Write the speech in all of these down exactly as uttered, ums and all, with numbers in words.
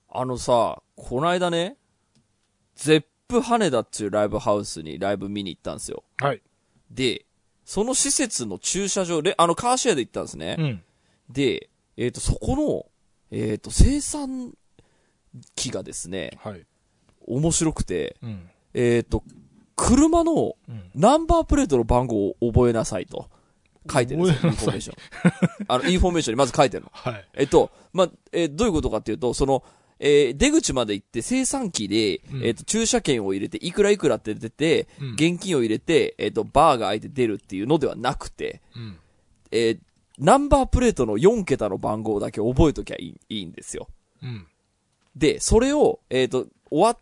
あのさ、こないだね、ゼップ羽田っていうライブハウスにライブ見に行ったんですよ。 はい。 で、その施設の駐車場で、あのカーシェアで行ったんですね。 うん。 で、えっと、そこの、えっと、生産機がですね、 はい。 面白くて、 うん。 えっと、車のうんナンバープレートの番号を覚えなさいと書いてるんですよ、インフォメーション。あの、インフォメーションにまず書いてるの。 はい。 えっと、まあ、えーどういうことかっていうと、その、えー出口まで行って生産機で、 うんえっと、駐車券を入れて、いくらいくらって出て、 うん現金を入れて、えっと、バーが開いて出るっていうのではなくて、 うん。 えーナンバープレートのよん桁の番号だけ覚えときゃいい、いいんですよ。 うん。 で、それを、えっと、終わって、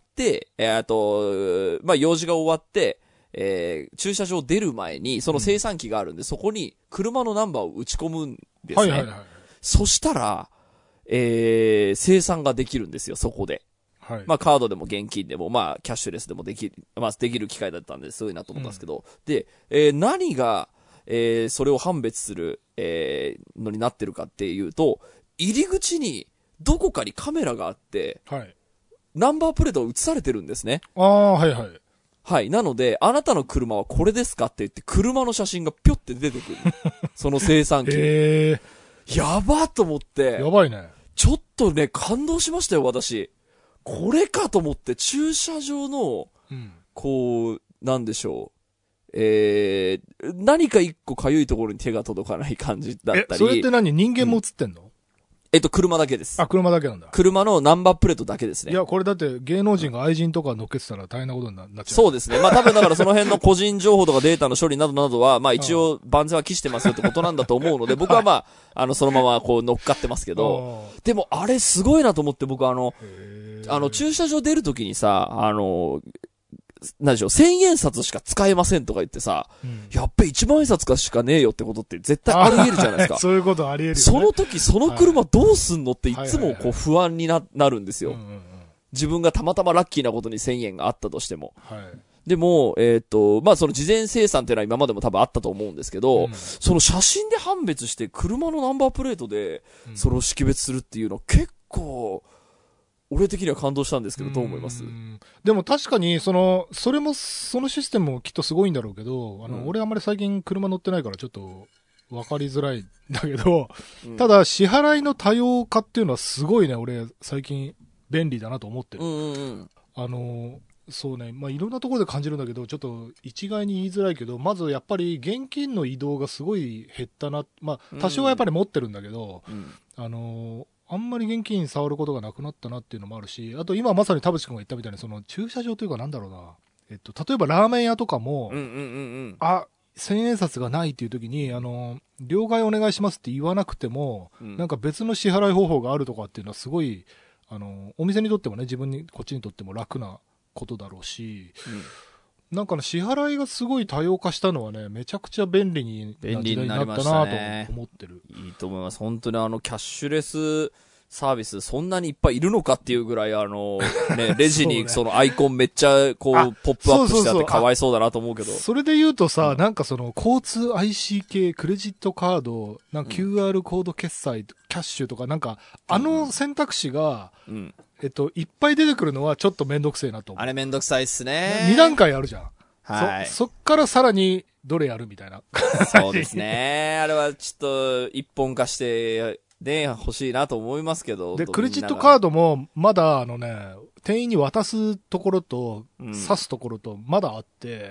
えっと、まあ、用事が終わって、えー駐車場出る前に、その生産機があるんで、そこに車のナンバーを打ち込むんですね。 はいはいはい。 そしたら、えー、生産ができるんですよ、そこで。 はい。 まあ、カードでも現金でも、まあ、キャッシュレスでもできる、まあ、できる機会だったんで、すごいなと思ったんですけど、で、えー何が、えーそれを判別する、えーのになってるかっていうと、入り口に、どこかにカメラがあって、 はい。 ナンバープレートを映されてるんですね。 ああ、はいはい。 はい。なので、あなたの車はこれですかって言って、車の写真がぴょって出てくる。その生産機に。 えやばーと思っえー、 てや、ばいね。 ちょっとね、感動しましたよ、私。これかと思って、駐車場の、 うん。 こう、なんでしょう。えー、何か一個かゆいところに手が届かない感じだったえ、 り。 それって何人間も映ってんの、 えっと、車だけです。 あ、車だけなんだ。 車のナンバープレートだけですね。 いや、これだって芸能人が愛人とか乗っけてたら大変なことになっちゃう。 そうですね。まあ多分だからその辺の個人情報とかデータの処理などなどは、まあ一応万全は期してますよってことなんだと思うので、僕はまあ、あの、そのままこう乗っかってますけど、でもあれすごいなと思って僕あの、あの駐車場出るときにさ、あの、なんでしょう、千円札しか使えませんとか言ってさ、 うん、 やっべ一万円札かしかねえよってことって絶対あり得るじゃないですか。 そういうことあり得るよ、ね。 その時その車どうすんのっていつもこう不安にな、なるんですよ。 うんうんうん、 自分がたまたまラッキーなことに千円があったとしても。 はい、 でも、えっと、まあ、その事前生産っていうのは今までも多分あったと思うんですけど、 うん、 その写真で判別して車のナンバープレートでそれを識別するっていうの結構、俺的には感動したんですけど、どう思います？ でも確かに、その、それも、そのシステムもきっとすごいんだろうけど、あの、うん、俺あんまり最近車乗ってないからちょっと分かりづらいんだけど、うん、ただ支払いの多様化っていうのはすごいね、俺最近便利だなと思ってる。 うんうんうん、 あの、そうね、まあ、いろんなところで感じるんだけど、ちょっと一概に言いづらいけど、まずやっぱり現金の移動がすごい減ったな、まあ、多少はやっぱり持ってるんだけど、うん、あの、あんまり現金触ることがなくなったなっていうのもあるし、あと今まさに田淵君が言ったみたいに、その駐車場というかなんだろうな、えっと、例えばラーメン屋とかも、 うんうんうんうん、 あ、千円札がないっていう時に、あの、両替お願いしますって言わなくても、うん、なんか別の支払い方法があるとかっていうのはすごい、あの、お店にとってもね、自分に、こっちにとっても楽なことだろうし、うん、なんかね、支払いがすごい多様化したのはね、めちゃくちゃ便利にな時代になったなと思ってる。 いいと思います。本当にあの、キャッシュレスサービス、そんなにいっぱいいるのかっていうぐらい、あの、ね、レジにそのアイコンめっちゃ、こう、ポップアップしてあってかわいそうだなと思うけど。 それで言うとさ、うん、なんかその、交通 アイシー 系、クレジットカード、なんか キューアール コード決済、キャッシュとか、なんか、あの選択肢が、うん、えっと、いっぱい出てくるのはちょっとめんどくせえなと思う。 あれめんどくさいっすね。 に段階あるじゃん。 はい。 そ、そっからさらに、どれやるみたいな。 そうですね。あれはちょっと、一本化して、ね、欲しいなと思いますけど。 で、クレジットカードも、まだ、あのね、店員に渡すところと、刺すところと、まだあって、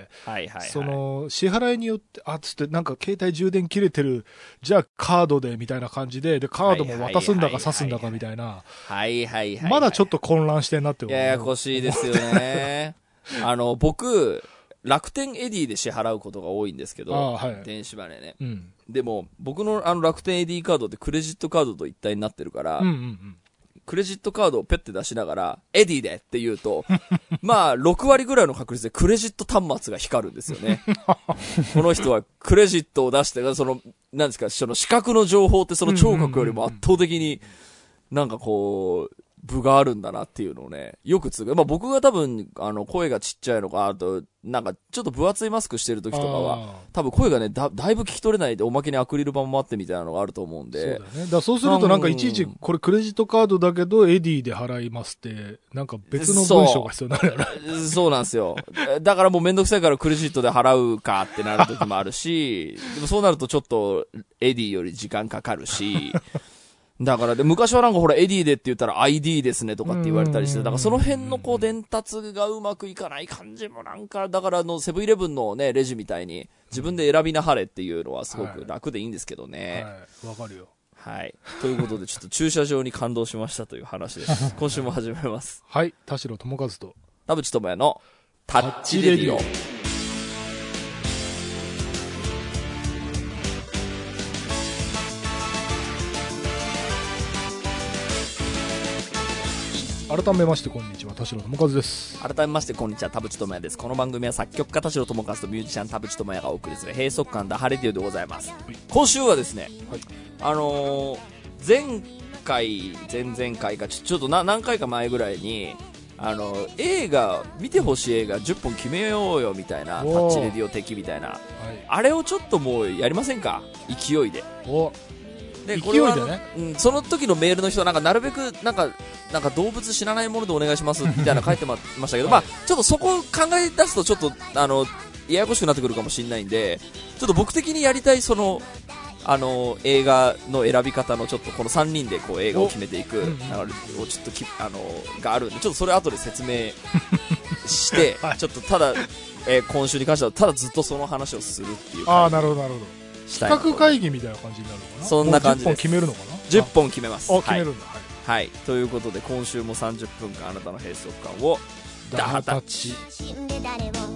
うん、はいはいはい。 その、支払いによって、あ、つって、なんか携帯充電切れてる、じゃあカードで、みたいな感じで、で、カードも渡すんだか刺すんだかみたいな。 はいはいはい。 まだちょっと混乱してんなって思う。 ややこしいですよね。あの、僕、楽天エディで支払うことが多いんですけど、はい、電子マネーね、うん。でも、僕のあの楽天エディカードってクレジットカードと一体になってるから、うんうんうん、クレジットカードをペッて出しながら、エディでって言うと、まあ、ろく割ぐらいの確率でクレジット端末が光るんですよね。この人はクレジットを出して、その、なんですか、その視覚の情報ってその聴覚よりも圧倒的に、なんかこう、 部があるんだなっていうのをね、よくつぐ。まあ僕が多分、あの、声がちっちゃいのか、あと、なんか、ちょっと分厚いマスクしてる時とかは、多分声がね、だ、だいぶ聞き取れないで、おまけにアクリル板もあってみたいなのがあると思うんで。そうだね。だからそうするとなんかいちいち、これクレジットカードだけど、エディで払いますって、なんか別の文章が必要になるよね。 そう、そうなんですよ。だからもうめんどくさいからクレジットで払うかってなる時もあるし、でもそうなるとちょっと、エディより時間かかるし、だからで、昔はなんかほら、エディでって言ったら アイディー ですねとかって言われたりして、だからその辺のこう伝達がうまくいかない感じもなんか、だからあの、セブンイレブンのね、レジみたいに自分で選びなはれっていうのはすごく楽でいいんですけどね。 はい。わ、はい、かるよ。 はい。ということで、ちょっと駐車場に感動しましたという話です。今週も始めます。 はい。田代智和と田淵智也のタッチレディオ。 改めましてこんにちは、田代智和です。 改めましてこんにちは、田淵智也です。この番組は作曲家田代智和とミュージシャン田淵智也がお送りする閉塞感ダハレディオでございます。はい、今週はですね、はい、あのー、前回前々回かちょ、ちょっとな何回か前ぐらいにあのー、映画見てほしい映画じゅっぽん決めようよみたいな、タッチレディオ的みたいな、はい、あれをちょっともうやりませんか、勢いで。おでこれは、ね、うん、その時のメールの人はなんかなるべくなんかなんか動物知らないものでお願いしますみたいな書いてましたけど、はい、まあちょっとそこを考え出すとちょっとあのややこしくなってくるかもしれないんで、ちょっと僕的にやりたいそのあの映画の選び方のちょっとこのさんにんでこう映画を決めていく流れをちょっときあのがあるんで、ちょっとそれ後で説明して、はい、ちょっとただ、えー、今週に関してはただずっとその話をするっていう。 ああ、なるほどなるほど。企画会議みたいな感じになるのかな。 そんな感じです。 じゅっぽん決めるのかな。 じゅっぽん決めます。 あ、決めるんだ。はい。 はい、ということで今週もさんじゅっぷんかんあなたの閉塞感をダハタッチ。田代智和と田淵智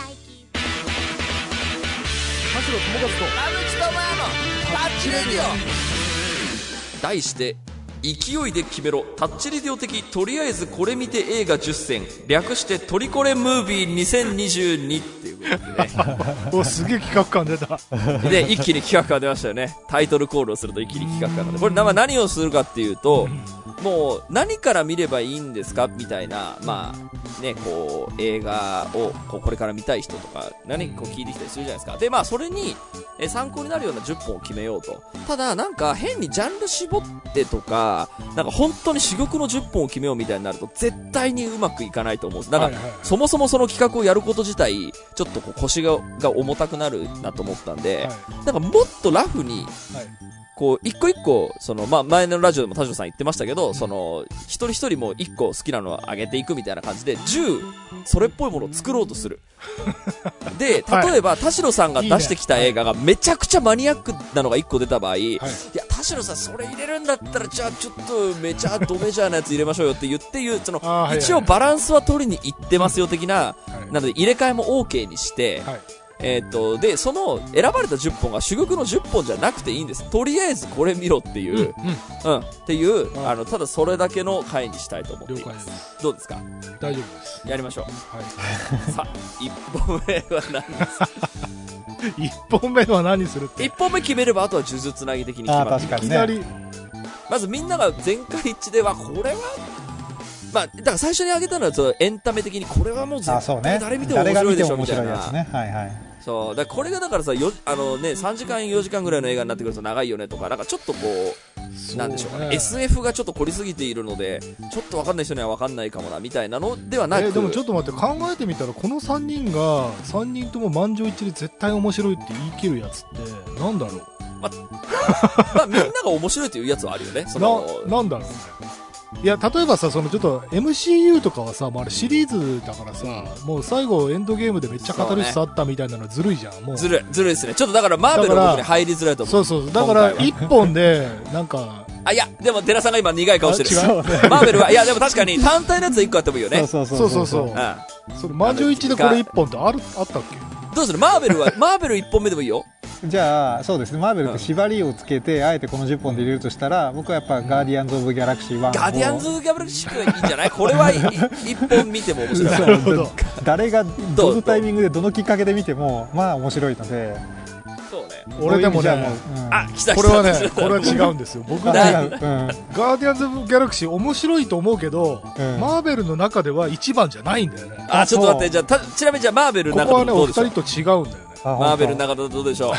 也のタッチレディオ。題して勢いで決めろタッチレディオ的とりあえずこれ見て映画じゅっせん、略してトリコレムービーにせんにじゅうにっていうことでねお、すげえ企画感出たで一気に企画感出ましたよね。タイトルコールをすると一気に企画感が出て、これ何をするかっていうと、もう何から見ればいいんですかみたいな、まあね、こう映画をこうこれから見たい人とか何かこう聞いてきたりするじゃないですか。でまあそれにえ参考になるようなじゅっぽんを決めようと。ただなんか変にジャンル絞ってとか、なんか本当に珠玉のじゅっぽんを決めようみたいになると絶対にうまくいかないと思うんです。だから、はいはいはい、そもそもその企画をやること自体ちょっとこう腰がが重たくなるなと思ったんで、はい、なんかもっとラフに、はい、こう一個一個その、まあ、前のラジオでも田代さん言ってましたけど、その一人一人も一個好きなのを上げていくみたいな感じでじゅうそれっぽいものを作ろうとするで、例えば、はい、田代さんが出してきた映画がめちゃくちゃマニアックなのがいっこ出た場合、はい、いや田代さんそれ入れるんだったらじゃあちょっとめちゃドメジャーなやつ入れましょうよって言っていう、その一応バランスは取りに行ってますよ的な、はい、なので入れ替えも OK にして、はい、えー、っとでその選ばれたじゅっぽんが珠玉のじゅっぽんじゃなくていいんです。とりあえずこれ見ろっていう、うん、うん、っていう、あのただそれだけの回にしたいと思っています。どうですか。 大丈夫です。 やりましょう。はい、さあいっぽんめは何ですかいっぽんめは何するって。 いっぽんめ決めればあとは呪術つなぎ的に決まる。 あ、確かにね。いきなりまずみんなが全会一致ではこれはまあ、だから最初に挙げたのはそのエンタメ的にこれはもう絶対誰見ても面白いでしょみたいな。そうだからこれがだからさよあの、ね、さんじかんよじかんぐらいの映画になってくると長いよねとか、なんかちょっとこうなんでしょうかね、 エスエフ がちょっと凝りすぎているのでちょっと分かんない人には分かんないかもなみたいなのではなく、えー、 でもちょっと待って、考えてみたらこのさんにんがさんにんとも満場一致で絶対面白いって言い切るやつってなんだろう。 ままあ、みんなが面白いっていうやつはあるよね。そのななんだろうね。いや例えばさ、そのちょっと エムシーユー とかはさ、もうあれシリーズだからさ、うん、もう最後エンドゲームでめっちゃ語るしあったみたいなのはずるいじゃん。もうずるいずるいですね。ちょっとだからマーベルの僕に入りづらいと思う。 そうそう、だから一本でなんかあ、いやでも寺さんが今苦い顔してる。違うマーベルはいやでも確かに単体のやついっこあってもいいよね。 そうそうそうそう、うん、それ満場一致でこれいっぽんってあるあったっけ。 どうするマーベルはマーベルいっぽんめでもいいよ。 じゃあそうですね、マーベルって縛りをつけて、うん、あえてこのじゅっぽんで入れるとしたら僕はやっぱガーディアンズ・オブ・ギャラクシーワン。 ガーディアンズ・オブ・ギャラクシーはいいんじゃない。これはいいっぽん見ても面白い。なるほど。 誰がどのタイミングでどのきっかけで見てもまあ面白いので、 そうね。 俺でもね、 うん、あ、来た来た。 これはね、これは違うんですよ。僕ね、ガーディアンズ・オブ・ギャラクシー面白いと思うけど、うん、マーベルの中では一番じゃないんだよね。 あ、ちょっと待って、じゃあ、たちなみにじゃあマーベルの中でどうでしょう。 ここはね、お二人と違うんだよね。 マーベルの中でどうでしょう。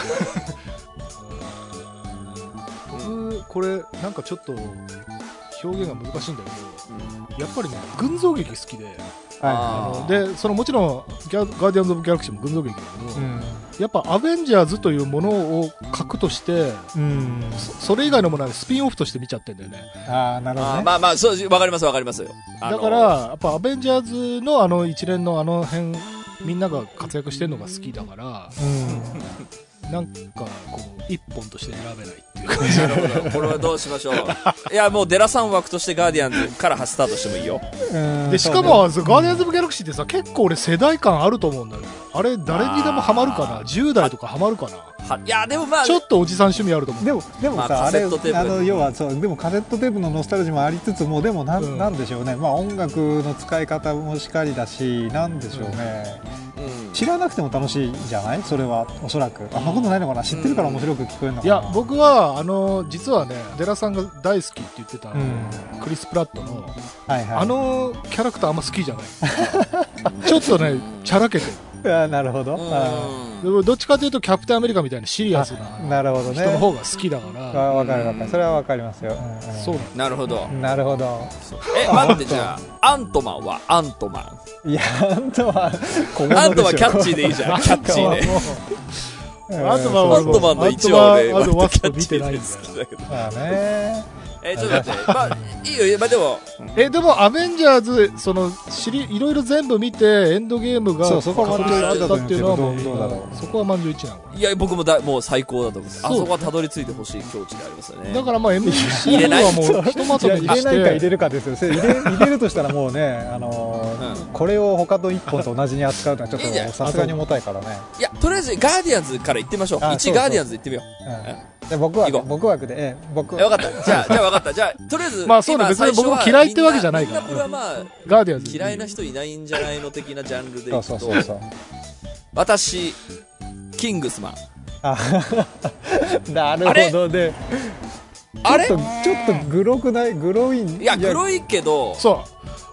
僕、これ、なんかちょっと、表現が難しいんだけど、うん、やっぱりね、群像劇好きで、あのでそのもちろんギャガーディアンズ・オブ・ギャラクシーも群像劇だけど、うん、やっぱアベンジャーズというものを核として、うん、そ, それ以外のものはスピンオフとして見ちゃってんだよね。 あ、なるほどね。 あ、まあまあ、そう、わかりますわかりますよ。 だからやっぱアベンジャーズのあの一連のあの辺みんなが活躍してるのが好きだから、うん、なんかこう一本として選べないっていう感じ。 なるほど。これはどうしましょう。いや、もうデラさん枠としてガーディアンズからスタートしてもいいよ。 でしかもガーディアンズ・オブ・ギャラクシーってさ、結構俺世代感あると思うんだけど、あれ誰にでもハマるかな。じゅう代とかハマるかな。 いやでもまあちょっとおじさん趣味あると思う。 でもでもさ、 まあ、 あれあの要はそうでもカセットテープのノスタルジーもありつつも、でもなん、うん、なんでしょうね。まあ音楽の使い方もしかりだし、なんでしょうね。うん、知らなくても楽しいじゃない？それはおそらく。あんなことないのかな。知ってるから面白く聞こえるのかな。 いや僕はあの実はね、デラさんが大好きって言ってた、うん、クリス・プラットの、はいはい、あのキャラクターあんま好きじゃない。ちょっとねチャラけてる。 あ、なるほど。 うん、どっちかというとキャプテンアメリカみたいなシリアスな人の方が好きだから。 あ、わかるわかる。それはわかりますよ。うんうん、 そうなるほど。 なるほど。 え、待ってじゃあアントマンはアントマン。いやアントマン。 アントマンキャッチーでいいじゃん。キャッチーで。 アントマンはアントマンのいちわをね、ワスト見てないんだよ。 まあね。 えー、ちょっと待って、まあ、いいよ、まあでも、 え、でも、アベンジャーズ、その、知り、いろいろ全部見て、エンドゲームが、 そう、そこは満場一致だっていうのはもう、どうだろう。そこは満場一致なの。 いや、僕もだ、もう最高だと思う。あそこはたどり着いてほしい境地でありますよね。 だからまあ、エムシーユー はもう、ひとまとめにして。 入れないか入れるかですよ。入れ、入れるとしたらもうね、あのーうん、これを他と一本と同じに扱うのはちょっとさすがに重たいからね。 いや、とりあえず、ガーディアンズから行ってみましょう。いちガーディアンズ行ってみよう。うんじゃ僕は僕枠で、ええ、僕分かった。じゃあ、じゃあ分かった。じゃあ、とりあえず、 まあそうだ、別に僕も嫌いってわけじゃないから。 みんなこれはまあ、 ガーディアンズ嫌いな人いないんじゃないの的なジャンルでいくと、 そうそうそう私、キングスマン。 あなるほどね。 あれちょっと、ちょっとグロくない？グロいん？ いや、グロいけど、 そう。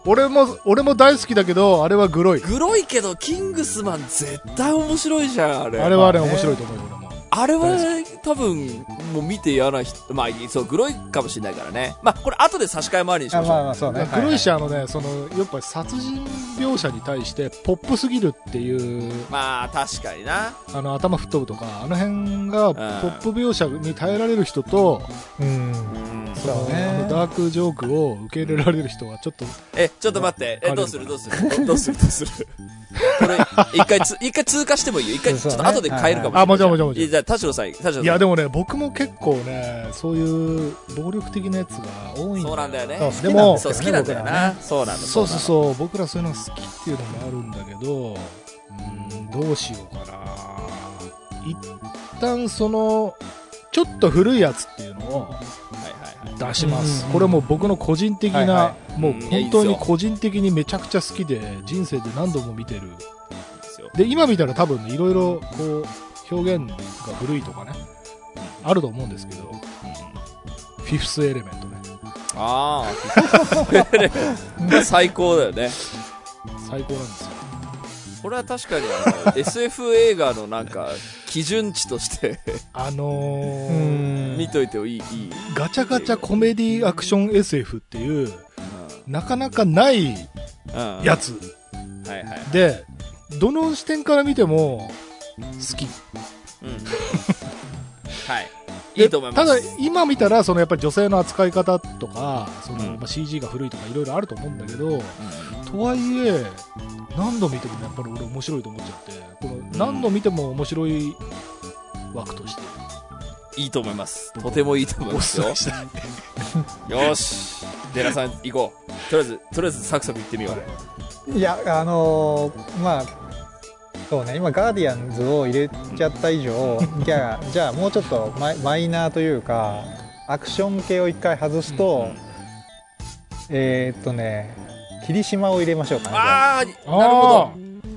俺も、俺も大好きだけど、あれはグロい。 グロいけど、キングスマン絶対面白いじゃん、あれ。 あれはあれ面白いと思うよ、俺も。 あれは多分もう見て嫌な人、まあそうグロいかもしれないからね。まあこれ後で差し替え回りにしましょう。 まあまあそうね。 グロいし、あのね、そのやっぱり殺人描写に対してポップすぎるっていう。 まあ確かにな。 あの頭吹っ飛ぶとかあの辺がポップ描写に耐えられる人と、うん、そうね。あのダークジョークを受け入れられる人はちょっと。 えちょっと待って。えどうするどうするどうするどうする。これ一回つ一回通過してもいいよ。一回ちょっと後で変えるかもしれない。 あもちろんもちろんもちろん。 じゃあ田代さん、田代さん。 いやでもね、僕も結構ね、そういう暴力的なやつが多いんだよ。 そうなんだよね。 でもそう好きなんだよな。そうなんだ。 そうそうそう、僕らそういうの好きっていうのもあるんだけど、うーんどうしようかな。一旦そのちょっと古いやつっていうのを出します。これも僕の個人的な、もう本当に個人的にめちゃくちゃ好きで、人生で何度も見てる。で今見たら多分ね、いろいろこう表現が古いとかね、あると思うんですけど、フィフスエレメントね。 ああ、フィフスエレメント最高だよね。 最高なんですよ。 これは確かにあのエスエフ 映画のなんか基準値としてあのー、 見といてもいい、いいガチャガチャコメディアクション エスエフ っていう、うん、なかなかないやつ、うんはいはいはい、でどの視点から見ても好き、うん、 はいいいと思います。 ただ今見たらそのやっぱり女性の扱い方とかその、うんまあ、シージー が古いとかいろいろあると思うんだけど、うん、とはいえ何度見てもやっぱり俺面白いと思っちゃって、この何度見ても面白い枠としていいと思います。とてもいいと思いますよ。よし、寺さん行こう。とりあえずとりあえずサクサク行ってみよう。いやあのー、まあそうね、今ガーディアンズを入れちゃった以上、じゃあじゃあもうちょっとマイ、マイナーというかアクション系を一回外すと、うんうん、えー、っとね霧島を入れましょうかね。 ああなるほど。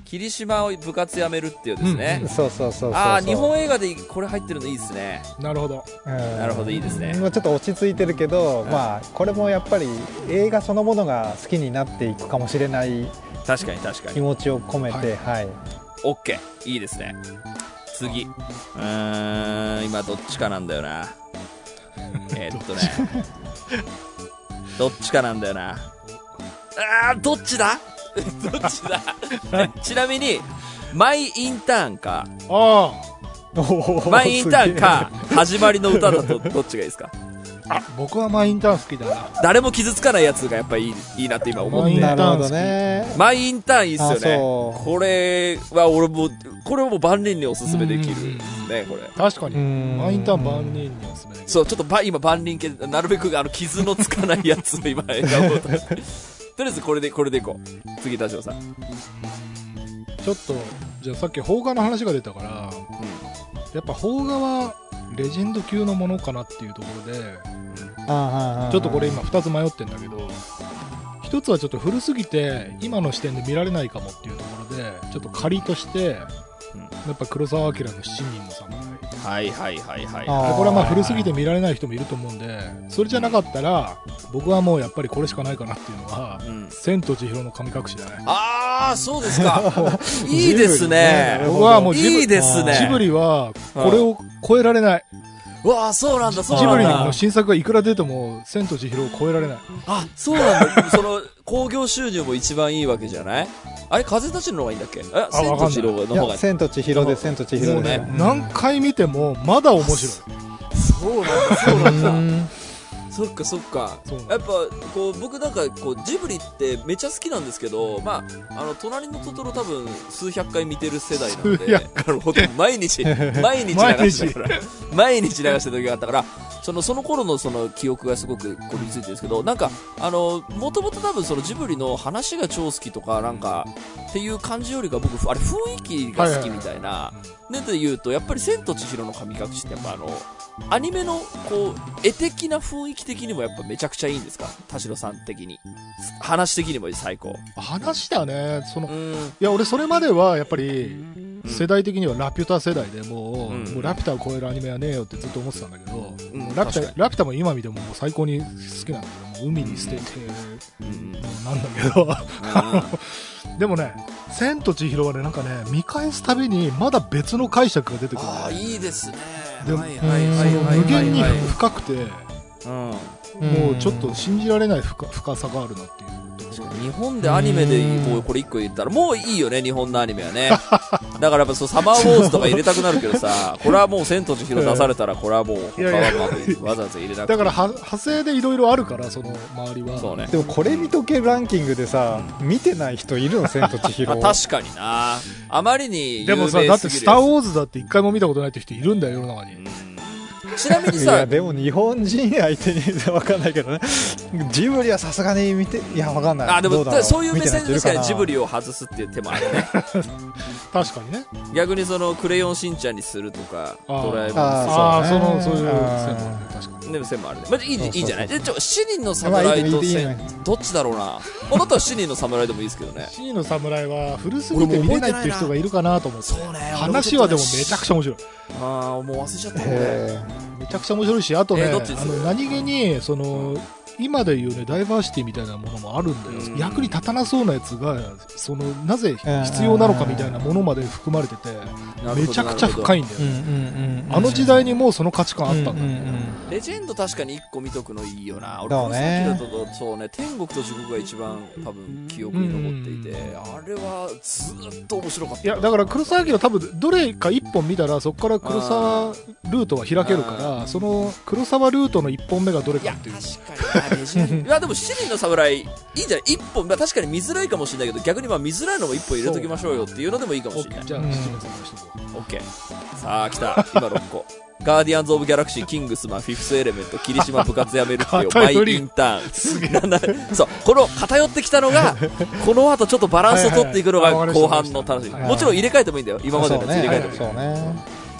霧島を部活やめるっていうですね、 うん、そうそうそうそう。 ああ、日本映画でこれ入ってるのいいですね。 なるほど、 なるほど、いいですね。 ちょっと落ち着いてるけど、うん、まあこれもやっぱり映画そのものが好きになっていくかもしれない、 確かに確かに気持ちを込めて、はい、はい、 オッケー、いいですね。次、うーん、今どっちかなんだよな。えー、っとねどっちかなんだよな。あー、どっちだどっちだちなみにマイインターンか、 あマイインターンか始まりの歌だとどっちがいいですか？ あ、僕はマイインターン好きだな。 誰も傷つかないやつがやっぱりいい、いいなって今思って。 なるほどね。 マイインターンいいっすよね。これは俺も、これはもう万人におすすめできるですね、これ。 確かに。マイインターン万人におすすめできる。 そう、ちょっとば今万人系、なるべくあの傷のつかないやつを今選ぼうとして。とりあえずこれで、これでいこう。次、田代さん。 ちょっと、じゃあさっき邦画の話が出たから、うん、やっぱ邦画はレジェンド級のものかなっていうところで、ちょっとこれ今ふたつ迷ってんだけど、ひとつはちょっと古すぎて今の視点で見られないかもっていうところで、ちょっと仮として、うん、やっぱ黒澤明のしちにんの侍、 はいはいはいはい、 これはまあ古すぎて見られない人もいると思うんで、それじゃなかったら僕はもうやっぱりこれしかないかなっていうのは、うん、千と千尋の神隠しだね。 ああ、そうですか。いいですね。 僕はもうジブリ、 いいですね。 ジブリはこれを超えられない。 うわあ、そうなんだ、そうなんだ。 ジブリの新作がいくら出ても千と千尋を超えられない。 あ、そうなんだ。その興行収入も一番いいわけじゃない？あれ、風立ちぬの方がいいんだっけ？え、千と千尋の方が。 千と千尋で千と千尋ね。 何回見てもまだ面白い。 そうなんだ、そうなんだ。そっかそっか。やっぱこう僕なんかこうジブリってめちゃ好きなんですけど、まああの隣のトトロ多分数百回見てる世代なので、あのほとんど毎日毎日流してたから毎日流してた時があったから、そのその頃のその記憶がすごくこびりついてるんですけど、なんかあのもともと多分そのジブリの話が超好きとかなんかっていう感じよりか僕あれ雰囲気が好きみたいな。ねで言うとやっぱり千と千尋の神隠しってやっぱあのアニメのこう絵的な雰囲気的にもやっぱめちゃくちゃいいんですか、田代さん的に。話的にも最高。 話だね。そのいや俺それまではやっぱり世代的にはラピュタ世代でもう、うん、もうラピュタを超えるアニメはねえよってずっと思ってたんだけど、うん、ラピュタラピュタも今見てももう最高に好きなんだけど、もう海に捨てて、うん、なんだけど、うん、でもね千と千尋はねなんかね見返すたびにまだ別の解釈が出てくる、ね。 ああいいですね。 でも無限に深くて、うん、もうちょっと信じられない 深, 深さがあるなっていう。 日本でアニメでこうこれいっこ言ったらもういいよね、日本のアニメはね。だからやっぱそうサマーウォーズとか入れたくなるけどさ、これはもう千と千尋出されたらこれはもう他はわざわざ入れなくて。 だから派生でいろいろあるからその周りは。 そうね。でもこれ見とけランキングでさ、見てない人いるの千と千尋。 確かにな。あまりに有名すぎる。 でもさだってスターウォーズだって一回も見たことないって人いるんだよ世の中に。 ちなみにさ、いやでも日本人相手に分かんないけどね、ジブリはさすがに見て、いや分かんない。 あでもそういう目線で確かにジブリを外すっていう手もあるね。 確かにね。 逆にそのクレヨンしんちゃんにするとか、ドラえもん、 ああそのそういう線も確かに。 でも線もあるね。まあいいいいじゃない。でちょしちにんの侍と線どっちだろうな。あなたはしちにんの侍でもいいですけどね。 しちにんの侍は古すぎて見れないっていう人がいるかなと思って。そうね。話はでもめちゃくちゃ面白い。 ああもう忘れちゃったね。 めちゃくちゃ面白いし、あとね、あの何気にその今でいうねダイバーシティみたいなものもあるんだよ。うん、役に立たなそうなやつがそのなぜ必要なのかみたいなものまで含まれてて、めちゃくちゃ深いんだよね。あの時代にもうその価値観あったんだよね。 レジェンド確かにいっこ見とくのいいよな。俺この先だとそうね、天国と地獄が一番多分記憶に残っていて、あれはずっと面白かった。 いやだから黒澤明多分どれかいっぽん見たらそこから黒澤ルートは開けるから、その黒澤ルートのいっぽんめがどれかっていう。いや確かにいやでもしちにんの侍いいんじゃない。いっぽん、まあ、確かに見づらいかもしれないけど、逆にまあ見づらいのもいっぽん入れときましょうよっていうのでもいいかもしれない。 じゃあしちにんの侍しとこう。 オッケー。さあ来た今ろっこ。ガーディアンズ・オブ・ギャラクシー、キングスマン、フィフス・エレメント、霧島部活やめるっていうマイインターン。そう、この偏ってきたのが、この後ちょっとバランスを取っていくのが後半の楽しみ。もちろん入れ替えてもいいんだよ。今までのやつ入れ替えてもいい。そうね。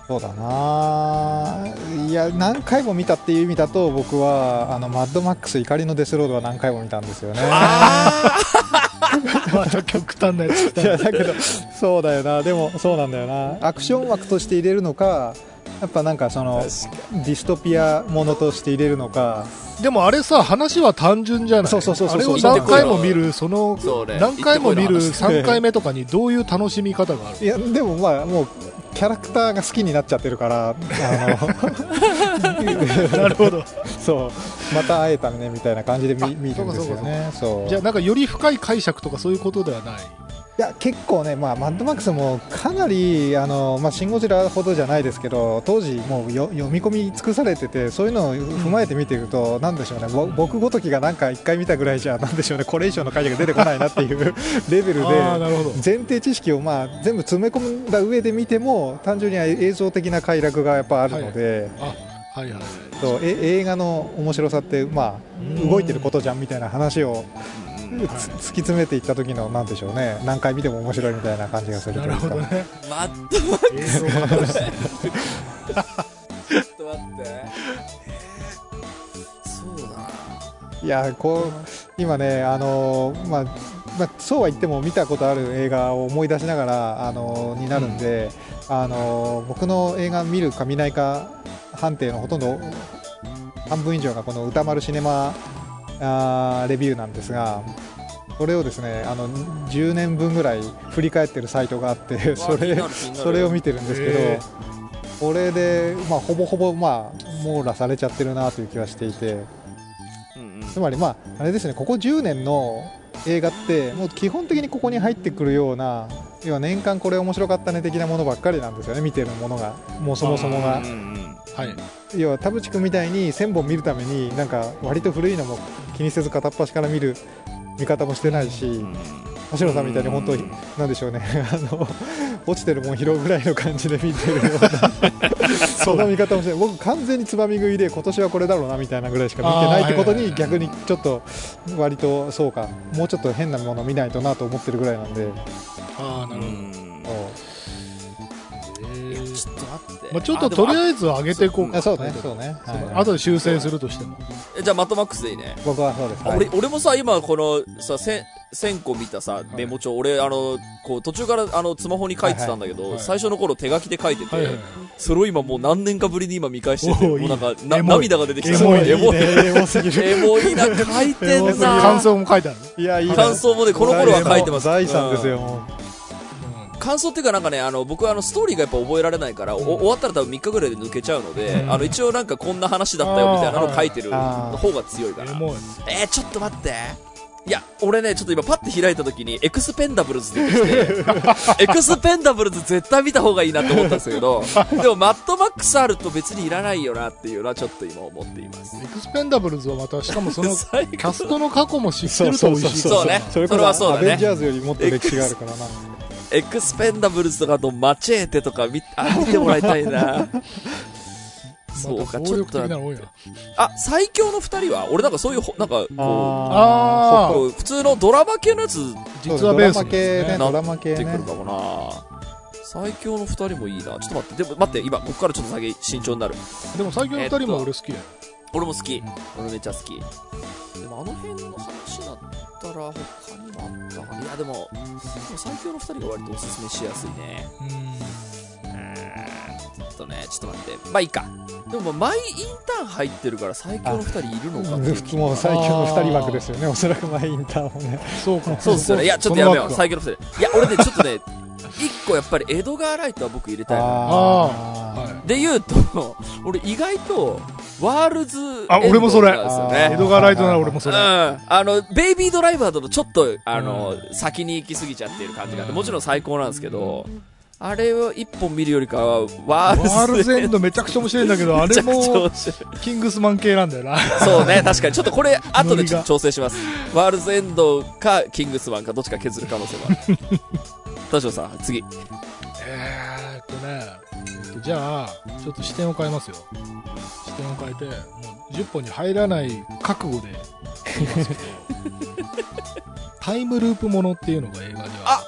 そうだな。いや、何回も見たっていう意味だと、僕はあのマッドマックス怒りのデスロードは何回も見たんですよね。 また極端なやつ来た。 いやだけどそうだよな。でもそうなんだよな。アクション枠として入れるのか、やっぱなんかそのディストピアものとして入れるのか。 でもあれさ、話は単純じゃない。 そうそうそうそう。 あれを何回も見る、その何回も見るさんかいめとかにどういう楽しみ方がある？ いやでもまあもうキャラクターが好きになっちゃってるから、あのなるほど。 そうまた会えたねみたいな感じで 見, 見るんですよね。そうじゃあなんかより深い解釈とかそういうことではない？ いや結構ね、まあ、マッドマックスもかなりあの、まあ、シン・ゴジラほどじゃないですけど、当時もうよ読み込み尽くされてて、そういうのを踏まえて見ていくと、なんでしょうね、ぼ僕ごときがなんかいっかい見たぐらいじゃなんでしょうね、これ以上の回が出てこないなっていうレベルで前提知識をまあ全部詰め込んだ上で見ても単純に映像的な快楽がやっぱあるので、 はいはいはい、 そうえ映画の面白さって、まあ、動いてることじゃんみたいな話を突き詰めていった時のなんでしょうね、何回見ても面白いみたいな感じがするというか。 なるほどね。 マッドマックスちょっと待ってそうだな。 いやこう今ね、あのーまあまあ、そうは言っても見たことある映画を思い出しながら、あのー、になるんで、うん、あのー、僕の映画見るか見ないか判定のほとんど半分以上がこの歌丸シネマあレビューなんですが、それをですねあのじゅうねんぶんぐらい振り返ってるサイトがあってそれそれを見てるんですけど、これで、まあ、ほぼほぼ、まあ、網羅されちゃってるなという気はしていて、うんうん、つまり、まあ、あれですね、ここじゅうねんの映画ってもう基本的にここに入ってくるような、要は年間これ面白かったね的なものばっかりなんですよね、見てるものがもうそもそもが。はい、要は田淵君みたいにせんぼん見るためになんか割と古いのも気にせず片っ端から見る見方もしてないし、星野さんみたいに本当になんでしょうねあの落ちてるもん拾うぐらいの感じで見てるようなそんな見方もして、僕完全につまみ食いで今年はこれだろうなみたいなぐらいしか見てないってことに逆にちょっと割とそうか、もうちょっと変なもの見ないとなと思ってるぐらいなんで。 ああなるほど。 ちょっと待って、 まあ、ちょっととりあえず上げていこうか。 そうねそうね、 あとで修正するとしても。 じゃあマッドマックスでいいね。 僕はそうです、はい、 俺, 俺もさ今このさせんこ見たさメモ帳、はい、俺あのこう途中からあのスマホに書いてたんだけど、はいはい、最初の頃手書きで書いてて、はいはい、それを今もう何年かぶりに今見返してて、もうなんかな涙が出てきた。 エモいエモいエモすぎる。 エモいな、書いてんな。 感想も書いてある。 いやいい感想もねこの頃は書いてます。 財産ですよ、もう感想っていうかなんかね、あの僕はあのストーリーがやっぱ覚えられないから、うん、終わったら多分みっかぐらいで抜けちゃうので、うん、あの一応なんかこんな話だったよみたいなのを書いてる方が強いから。えー、ちょっと待って、いや俺ねちょっと今パッて開いた時にエクスペンダブルズ出てきてエクスペンダブルズ絶対見た方がいいなって思ったんですけどでもマッドマックスあると別にいらないよなっていうのはちょっと今思っています。 エクスペンダブルズはまたしかもそのキャストの過去も知ってると美味しい。 そうね、それはそうだね。 アベンジャーズよりもっと歴史があるからな。 エクスペンダブルズとかとマチェーテとか 見, あ見てもらいたいなそうか、ちょっとあ最強の二人は俺なんかそういうなんかこうああ普通のドラマ系のやつ実はベースね、ドラマ系ねなってくるかもな。最強の二人もいいな。ちょっと待って、でも待って今ここからちょっと先慎重になる。 でも最強の二人も俺好きや、 えっと、俺も好き、うん、俺めっちゃ好き。でもあの辺の話だったら他にもあったかな。いやでも、でも最強の二人が割とおすすめしやすいね。うーんちょっとね、ちょっと待って、まあいいか。でもマイインターン入ってるから最強のふたりいるのかっていう。 もう最強のふたり枠ですよね、おそらくマイインターンもね。 そうか。 そうですよね。いやちょっとやめよう、最強のふたり。いや俺ねちょっとね一個やっぱりエドガー・ライトは僕入れたいな。あで言うと俺意外とワールズエンドなんですよね。 あ、俺もそれ。エドガー・ライトなら俺もそれ。うん。 あのベイビードライバーだとちょっとあの、うん、先に行き過ぎちゃっている感じがあって、もちろん最高なんですけど。うん、あれを一本見るよりかはワールズエンドめちゃくちゃ面白いんだけど、あれもキングスマン系なんだよな。 そうね、確かにちょっとこれ後でちょっと調整します。ワールズエンドかキングスマンかどっちか削る可能性もある。田代さん次。 えーっとね、えっとじゃあちょっと視点を変えますよ。視点を変えてもうじゅっぽんに入らない覚悟で言いますけど。タイムループものっていうのが映画には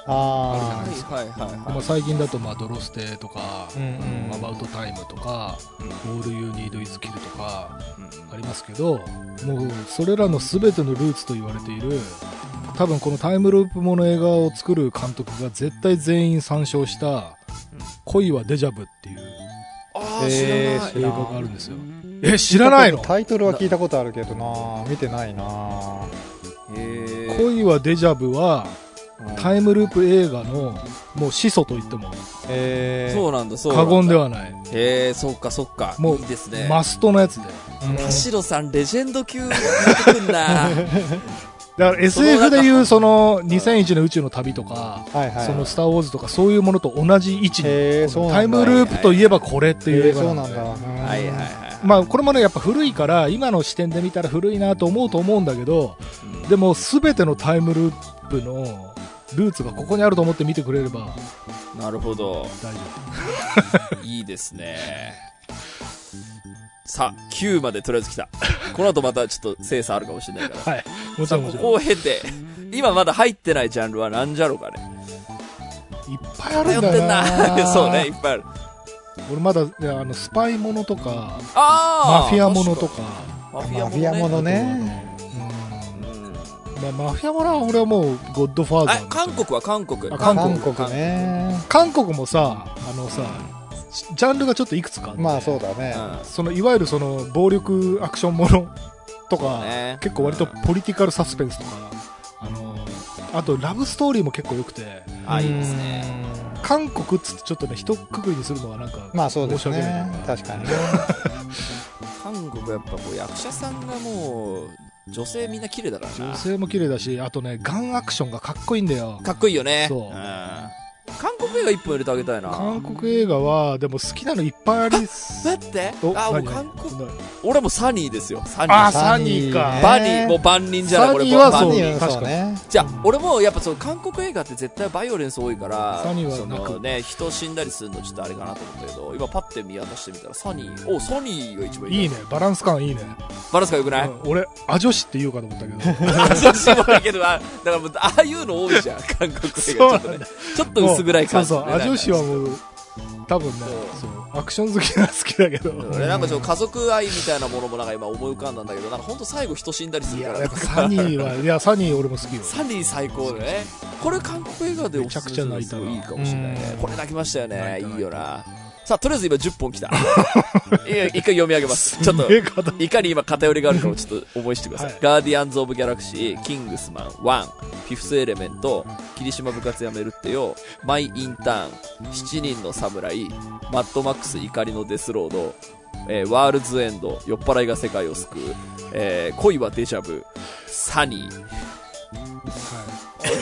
あるじゃないですか。 はいはいはいはい、 まあ、最近だとまあドロステとか、 うんうん、 アバウトタイムとか、 うん、 オールユーニードイズキルとかありますけど、もうそれらの全てのルーツと言われている、多分このタイムループもの映画を作る監督が絶対全員参照した恋はデジャブっていう映画があるんですよ。え、知らないの？ タイトルは聞いたことあるけどな、見てないな。 へ、恋はデジャブはタイムループ映画のもう始祖と言ってもそうなんだ、そうなんだ、 過言ではない。 へえ、そっかそっか、もういいですね、 マストのやつで。 田代さんレジェンド級になってくんなだから エスエフ でいうそのにせんいちの宇宙の旅とか、そのスターウォーズとかそういうものと同じ位置に、タイムループといえばこれっていう映画なんで、はいはいはい、まあこれもねやっぱ古いから今の視点で見たら古いなと思うと思うんだけど、でも全てのタイムループのルーツがここにあると思って見てくれれば。 なるほど、 大丈夫いいですね。さあきゅうまでとりあえず来た。この後またちょっと精査あるかもしれないから、はい、もちろんもちろん。ここを経て今まだ入ってないジャンルはなんじゃろうかね。 いっぱいあるんだよなそうね、いっぱいある。 俺まだいやあのスパイものとかマフィアものとかマフィアものね、 まあ、マフィアものは俺はもうゴッドファーザー。 韓国は韓国。 韓国、韓国ね。 韓国もさ、あのさ、ジャンルがちょっといくつかあって、 まあそうだね、 うん、そのいわゆるその暴力アクションものとか、ね、結構割とポリティカルサスペンスとか、うん、あのあとラブストーリーも結構良くて、 あ、いいですね。 韓国っつってちょっとね一括りにするのはなんかまあそうですね、確かにね韓国やっぱこう役者さんがもう女性みんな綺麗だからな。 女性も綺麗だし、あとねガンアクションがかっこいいんだよ。 かっこいいよね。 そう、うん、 韓国映画一本入れてあげたいな。 韓国映画はでも好きなのいっぱいありす。 待って、あ、もう韓国、俺もサニーですよ。サニー。 あ、サニーか。 バニー、もう万人じゃない。 サニーはそう、 確かね。 じゃあ俺もやっぱその韓国映画って絶対バイオレンス多いから、 サニーはそのね人死んだりするのちょっとあれかなと思ったけど、今パッて見渡してみたらサニー、お、サニーが一番いい。 いいね、バランス感いいね。 バランス感良くない？ うん、俺アジョシって言うかと思ったけど。 アジョシもだけど、だからもうああいうの多いじゃん韓国映画。ちょっとね、ちょっと薄暗い感じ。 そうそう、アジョシはもう多分ね、そうアクション好きな好きだけど、 俺なんかちょっと家族愛みたいなものもなんか今思い浮かんだんだけど、なんか本当最後人死んだりするから。 いや、やっぱサニーはいやサニー俺も好きよ。 サニー最高でね。これ韓国映画でおすすめするのいいかもしれないね。これ泣きましたよね。いいよな。さあとりあえず今じゅっぽん来た。一回読み上げます。ちょっといかに今偏りがあるかをちょっと思いしてください。はい、ガーディアンズ・オブ・ギャラクシー、キングスマンワン、フィフス・エレメント、霧島部活やめるってよ、マイ・インターン、しちにんの侍、マッドマックス怒りのデスロード、えー、ワールズ・エンド、酔っ払いが世界を救う、えー、恋はデジャブ、サニー。はい、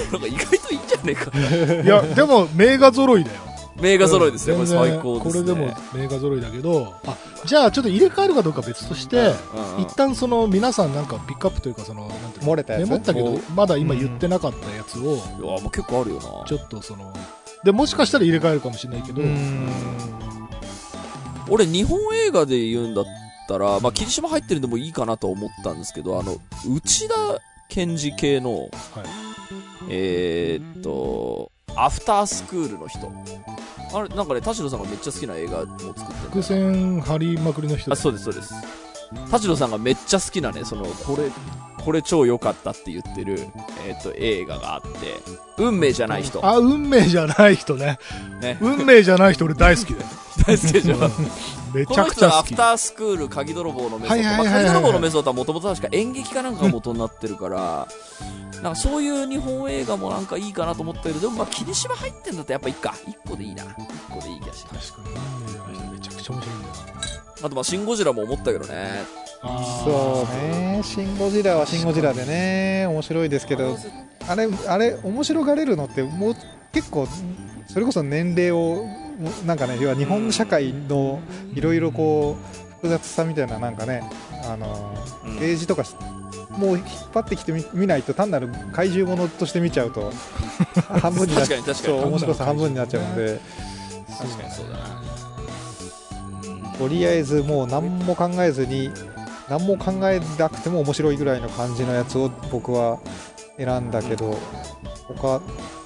なんか意外といいんじゃねえか。 いやでも名画揃いだよ。 名画揃いですね、これ最高ですね。 これでも名画揃いだけど、あ、じゃあちょっと入れ替えるかどうか別として、うんうん、一旦その皆さんなんかピックアップというかそのなんていうの、 漏れたやつ、 メモったけどまだ今言ってなかったやつを、うん、いやもう結構あるよな。 ちょっとそのでもしかしたら入れ替えるかもしれないけど、うん、 俺日本映画で言うんだったら、まあ霧島入ってるんでもいいかなと思ったんですけど、あの内田賢治系の、はい、えー、っとアフタースクールの人。あれなんかね、田代さんがめっちゃ好きな映画を作ってる。 伏線張りまくりの人。 あ、そうですそうです。田代さんがめっちゃ好きなね、そのこれこれ超良かったって言ってるえっと映画があって、運命じゃない人。 あ、運命じゃない人ね。ね、運命じゃない人俺大好きだよ。 大好きでしょ。 めちゃくちゃ好き。 アフタースクール鍵泥棒のメソッド、まあ、鍵泥棒のメソッドはもともと確か演劇かなんかが元になってるから、なんかそういう日本映画もなんかいいかなと思ったけど、でもまあ霧島入ってんだったらやっぱいっか、いっこでいいな、いっこでいい気がします。 確かにめちゃくちゃ面白いんだよな。 あとまあシン・ゴジラも思ったけどね。 あ、そうね、シン・ゴジラはシン・ゴジラでね面白いですけど、あれあれ面白がれるのってもう結構それこそ年齢をなんかね、要は日本社会のいろいろこう複雑さみたいな、なんかね、あの政治とかもう引っ張ってきて み, 見ないと単なる怪獣ものとして見ちゃうと半分になっちゃう。そう面白さ半分になっちゃうんで、 確かにそうだな。 とりあえずもう何も考えずに、何も考えなくても面白いぐらいの感じのやつを僕は選んだけど、他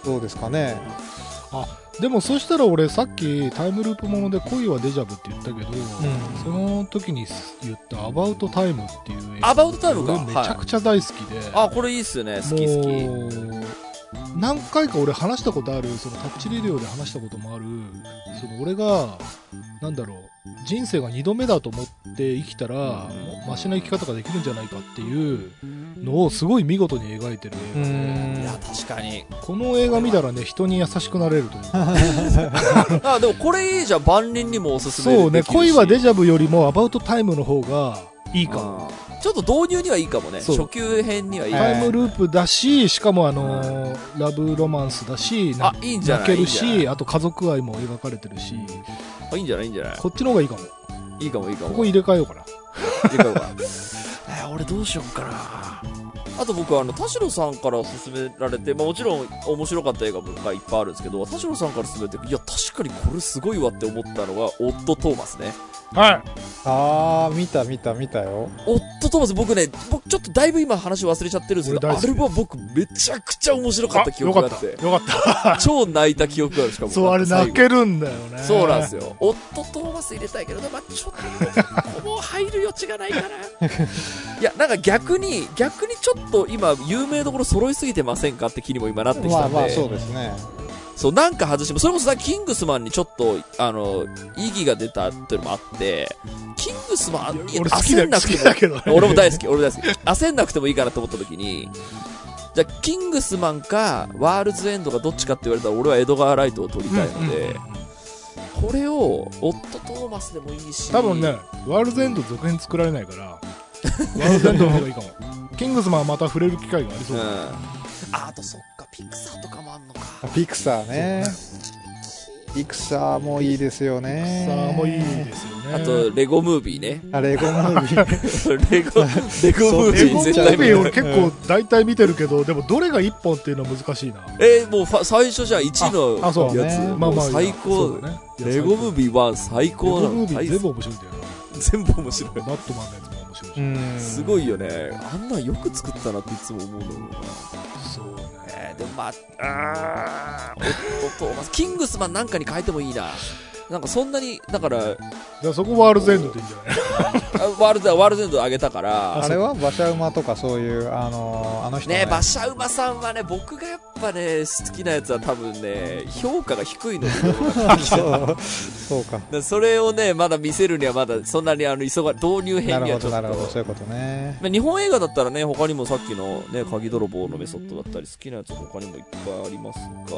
どうですかね。 あ、でもそしたら俺さっきタイムループもので恋はデジャブって言ったけど、うん、その時に言ったアバウトタイムっていう映画、 アバウトタイムかめちゃくちゃ大好きで、 はい、あ、これいいっすよね、好き好き。 何回か俺話したことある、そのタッチレディオで話したこともある、その俺がなんだろう、人生がにどめだと思って生きたらマシな生き方ができるんじゃないかっていうのをすごい見事に描いてる映画で、 いや確かにこの映画見たらね、人に優しくなれるというあ、でもこれいいじゃん、万人にもおすすめできるし。 そうね、恋はデジャブよりもアバウトタイムの方がいいかも。 ちょっと導入にはいいかもね。初級編にはいい。 タイムループだし、しかもあのー、ラブロマンスだし、 あ、いいんじゃない、 泣けるし、あと家族愛も描かれてるし、 あ、いいんじゃないいいんじゃない、 こっちの方がいいかも。 いいかもいいかも。 ここ入れ替えようかな。 入れ替えようかな。えー、俺どうしようかな。あと僕はあの田代さんから勧められて、まあ、もちろん面白かった映画がいっぱいあるんですけど、田代さんから勧めて、いや確かにこれすごいわって思ったのがオット・トーマスね。 はい。 あー、見た見た見たよ。 オット・トーマス、僕ね、僕ちょっとだいぶ今話忘れちゃってるんですけど、あれは僕めちゃくちゃ面白かった記憶があって。 よかった。よかった。 超泣いた記憶がある。しかも。 そう、あれ泣けるんだよね。 そうなんですよ。オット・トーマス入れたいけど、まあ、ちょっと、ここも入る余地がないかな。いや、なんか逆に、逆にちょっと今、有名どころ揃いすぎてませんかって気にも今なってきたんで。 まあまあそうですね。 そう、なんか外しても、それこそさ、キングスマンにちょっと、あの、意義が出たっていうのもあって、キングスマン、 俺好きだ焦んなくても、 だけどね、 俺も大好き、俺大好き。焦んなくてもいいかなと思った時に、じゃあ、キングスマンか、ワールズエンドかどっちかって言われたら、俺はエドガー・ライトを撮りたいので、これを、オット・トーマスでもいいし。 多分ね、ワールズエンド続編作られないから、ワールズエンドの方がいいかも。キングスマンはまた触れる機会がありそうだ、ね。うん。 あ、あとそっか、ピクサーとかもあんのか。 ピクサーね。ピクサーもいいですよね。 ピクサーもいいですよね。 あと、レゴムービーね。 あ、レゴムービー。 レゴ、レゴムービー絶対見る。俺結構大体見てるけど、でもどれが一本っていうのは難しいな。 えー、もうファ最初じゃあいちのやつ。 あ、そうね。まあまあ、 最高。ね、レゴムービーワン最高なの。 レゴムービー全部面白いんだよな。 全部面白い。 バットマンのやつも面白いし。 すごいよね。あんなんよく作ったなっていつも思うんだよな。 そうね。 えー、でもまあ、あー、おっと、キングスマンなんかに変えてもいいな。なんかそんなに、だから、だからそこワールズエンドでいいんじゃないワールズ、ワールズエンド上げたから。 あれは馬車馬とかそういう、あのー、あの人ね。ね、馬車馬さんはね、僕がやっぱね、好きなやつは多分ね、評価が低いので、 そうそうか。 だそれをね、まだ見せるにはまだそんなにあの急が、導入編にはちょっと。 なるほど、なるほど、そういうことね。 日本映画だったらね、他にもさっきのね、鍵泥棒のメソッドだったり、好きなやつ他にもいっぱいありますが、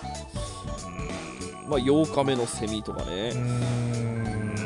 まあ、ようかめのセミとかね。うーん。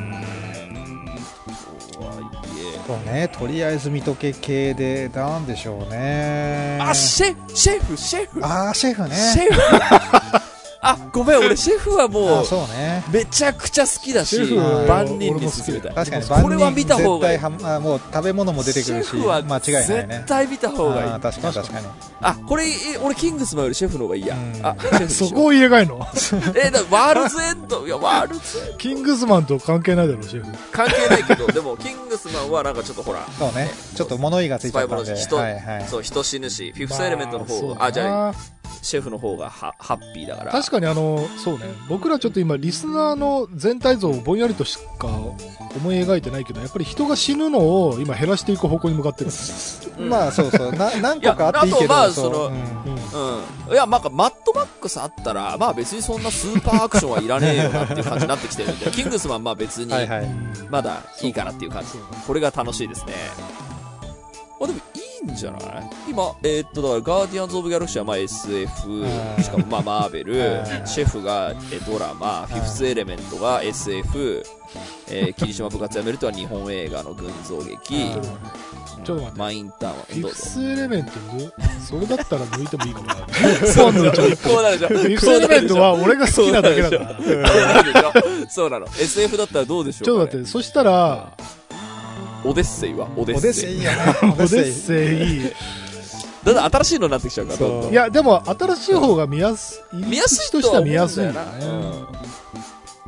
とはいえ。 そうね、とりあえず見とけ系で、なんでしょうね。 あ、シェフ、シェフ、シェフ。 あー、シェフね。 シェフ。あ、ごめん、俺シェフはもう、 そうね、 めちゃくちゃ好きだし、万人に勧めたい。 確かに、 これは見た方がいい。 あ、もう食べ物も出てくるし、間違いないね。 絶対見た方がいい。 確かに、確かに。 あ、これ、俺キングスマンよりシェフの方がいいや。あ、 そこを入れ替えんのえ、だワールズエンド、いや、ワールズエンド。 キングスマンと関係ないだろ、シェフ。 関係ないけど、でも、キングスマンはなんかちょっとほら。 そうね。ちょっと物言いがついちゃったんで。 人、そう、人死ぬし、フィフスエレメントの方が、あ、じゃあ、シェフの方がハッピーだから。 確かにあの、そうね、僕らちょっと今リスナーの全体像をぼんやりとしか思い描いてないけど、やっぱり人が死ぬのを今減らしていく方向に向かってる、 うん、まあそうそうな何個かあっていいけど、 あとまあその、うんうん、いやなんかマッドマックスあったらまあ別にそんなスーパーアクションはいらねえよなっていう感じになってきてるんでキングスマンまあ別にまだいいかなっていう感じ、これが楽しいですね。あ、でもいいんじゃない？今、えー、っと、だから、ガーディアンズ・オブ・ギャラクシーはまあ エスエフ、しかもまあマーベル、シェフがドラマ、フィフス・エレメントが エスエフ、えー、霧島部活やめるとは日本映画の群像劇、 ちょっと待って、 マインターンはフィフス・エレメントそれだったら抜いてもいいかもな。そうなんでしょ。フィフス・エレメントは俺が好きなだけだから。 そうなの。エスエフ だったらどうでしょうか、ね。 ちょっと待って、そしたら、 オデッセイはオデッセイ。 オデッセイやね。 オデッセイ。 だんだん新しいのになってきちゃうから。 いや、でも新しい方が見やすい。 見やすいとしては見やすいよね。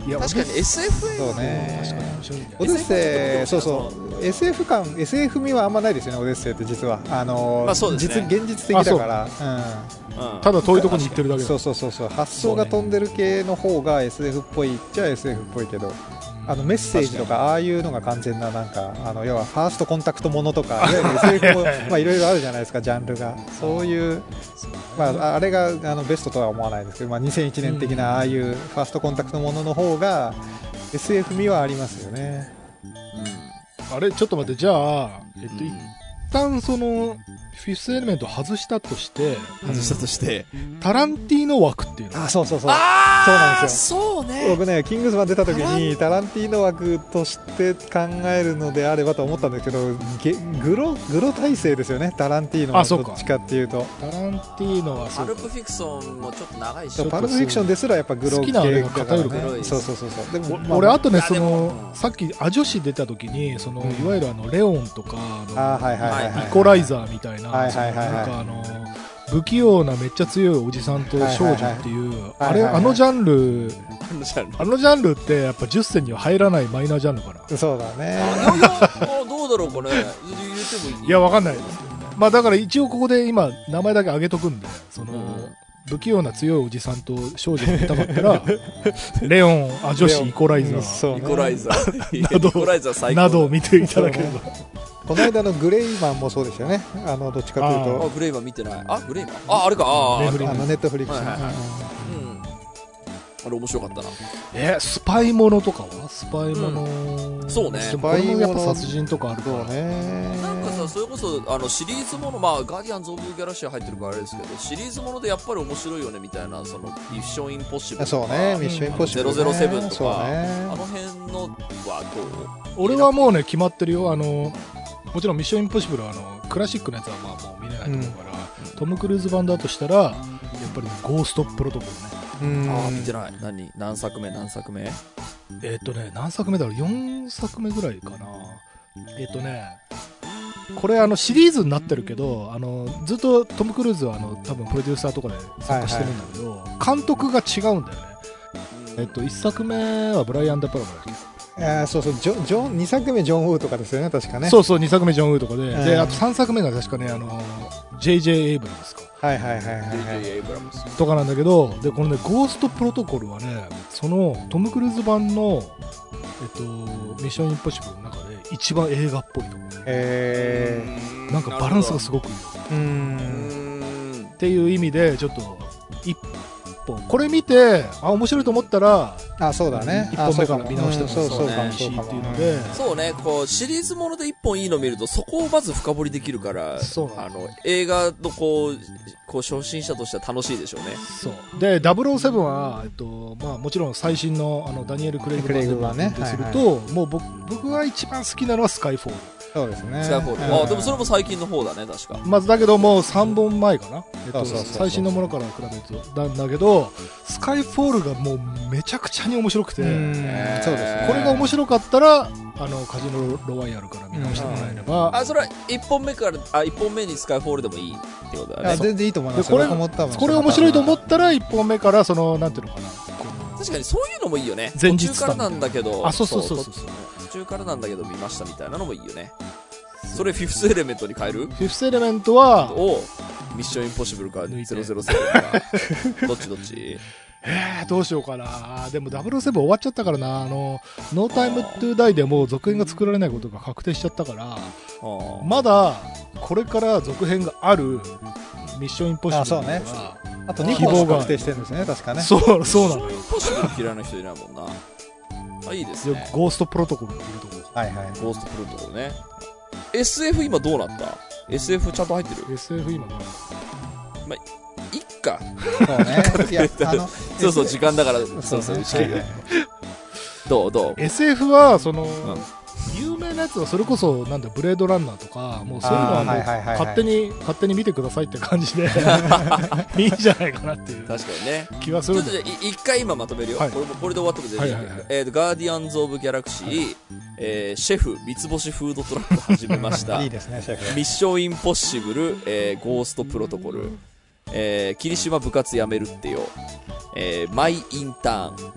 いや確かに エスエフそうね、確かに面白いね。オデッセイ、そうそう、エスエフ 感、エスエフ 味はあんまないですよね、オデッセイって実は。あのーまあそうですね、実現実的だから、 うん、ただ遠いところに行ってるだけだ。 そうそうそうそう、発想が飛んでる系の方が エスエフ っぽいっちゃ エスエフ っぽいけど、あのメッセージとかああいうのが完全ななんかあの要はファーストコンタクトものとかいわゆる エスエフ もまあいろいろあるじゃないですか、ジャンルが。そういうまああれがあのベストとは思わないですけど、まあにせんいちねん的なああいうファーストコンタクトものの方が エスエフ 味はありますよね。 うん、あれちょっと待って、じゃあえっと、うん、一旦そのフィフスエレメント外したとして外したとして、 うん、タランティーノ枠っていうの、 あ、そうそうそう、 あそうなんですよ。 そうね、 僕ねキングスマン出た時にタランティーノ枠として考えるのであればと思ったんですけど、ゲグログロ体制ですよね、タランティーノはどっちかっていうと。 タランティーノはパルプフィクションもちょっと長いし、 パルプフィクションですらやっぱグロ系だからね。好きなあれが偏る。そうそうそうそう。でも、 まあ、俺あとねそのさっきアジョシ出た時にその、うん、いわゆるあのレオンとかあの、はいはいはいはい、イコライザーみたいな、はいはいはいはい、なんかあの不器用なめっちゃ強いおじさんと少女っていう、はいはいはい、あれ、はいはいはい、あのジャンルあのジャンルってやっぱじゅっせんには入らないマイナージャンルかな。 そうだね。 あどうだろうこれ言ってもいい。 いやわかんない。まあだから一応ここで今名前だけ挙げとくんで、その、うん、不器用な強いおじさんと少女に見たかったらレオン、アジョシ、イコライザー、 イコライザーなどイコライザー最高などを見ていただければ。 この間のグレイマンもそうでしたよね。あのどっちかというと、 あグレイマン見てない。あグレイマン、ああれか、あああのネットフリックス、はいはいはい、 あれ面白かったな。 えスパイものとかはスパイもの、うん、 そうね。 スパイものやっぱ殺人とかあるからね。なんかさそれこそあのシリーズもの、まあガーディアンズ・オブ・ギャラクシー入ってるからあれですけど、シリーズものでやっぱり面白いよねみたいな、そのミッション・インポッシブルとか、 そうね、ミッション・インポッシブル、ね、 ゼロゼロセブンとか、 ね、 あの辺のはどう？ 俺はもうね決まってるよ。あのもちろんミッションインポッシブルはあのクラシックのやつはまあもう見れないと思うから、うん、トム・クルーズ版だとしたらやっぱり、ね、ゴーストプロトコルね。 うん、ああ見てない。何何作目何作目？ えっとね何作目だろう、よんさくめぐらいかな。えっとねこれあのシリーズになってるけど、あのずっとトム・クルーズはあの多分プロデューサーとかで参加してるんだけど、はいはい、監督が違うんだよね。えっといっさくめはブライアン・デ・パラマだっけ。 あそうそうジョジョにさくめジョン・ウーとかですよね確かね。 そうそうにさくめジョン・ウーとかで、うん、であとさんさくめが確かねあの ジェイジェイ エイブラムスかはいはいはいはい、はい、 ジェイジェイ エイブラムスとかなんだけど、でこのねゴーストプロトコルはねそのトム・クルーズ版のえっとミッション・インポッシブルの中で一番映画っぽいと思う。 へーなんかバランスがすごくいい。うーんっていう意味でちょっと一本これ見てあ面白いと思ったらあそうだねいっぽんめから見直してもそうそうかもしいっていうので、 そうね、こうシリーズものでいっぽんいいの見るとそこをまず深掘りできるから、そうあの映画のこうこう初心者としては楽しいでしょうね。 そうでダブルオーセブンは、えっとまあ、もちろん最新 の, あのダニエル・クレイグ版ですると、ねはいはい、もう 僕, 僕が一番好きなのはスカイフォール。 そうですね。 スカイフォール、あでもそれも最近の方だね確か。 まずだけどもうさんぼんまえかな、えっと、最新のものから比べるとなんだけどスカイフォールがもうめちゃくちゃに面白くて、そうですね、これが面白かったらあのカジノロワイヤルから見直してもらえれば、 あそれはいっぽんめからあいっぽんめにスカイフォールでもいいってことだね。 全然いいと思います。 これこれ面白いと思ったらいっぽんめからそのなんていうのかな、 確かにそういうのもいいよね。 前日途中からなんだけど、 あそうそうそうそうそう途中からなんだけど見ましたみたいなのもいいよね。それフィフスエレメントに変える？ フィフスエレメントはをミッションインポッシブルかゼロゼロセブンかどっちどっち？ えー、どうしようかな。でもダブルオーセブン終わっちゃったからな。あのノータイムトゥーダイでもう続編が作られないことが確定しちゃったから、まだこれから続編があるミッションインポッシブルが、あ、そうね、 あとにほん確定してるんですね確かね。 そうそうなの。 ミッションインポッシブル嫌いな人いないもんな。あいいですね。 ゴーストプロトコルっていうところ。 はいはい。 ゴーストプロトコルね。エスエフ 今どうなった？ エスエフ ちゃんと入ってる？ エスエフ 今どうなった？ まあ、いっか。 そうね。いやあのそうそう時間だからそうそう試験。どうどう？ エスエフ はその、うん、有名なやつはそれこそなんだブレードランナーとかもうそういうのはもう勝手に勝手に見てくださいって感じでいいんじゃないかなっていう確かにね気はする。 ちょっとじゃあ一回今まとめるよ、はい、これこれで終わっても全然いい、はいはいはい、えー、ガーディアンズ・オブ・ギャラクシー、はい、えー、シェフ三つ星フードトラック始めましたいいですねシェフ。 ミッション・インポッシブル、えー、ゴースト・プロトコル、えー、霧島部活やめるってよ、えー、マイ・インターン、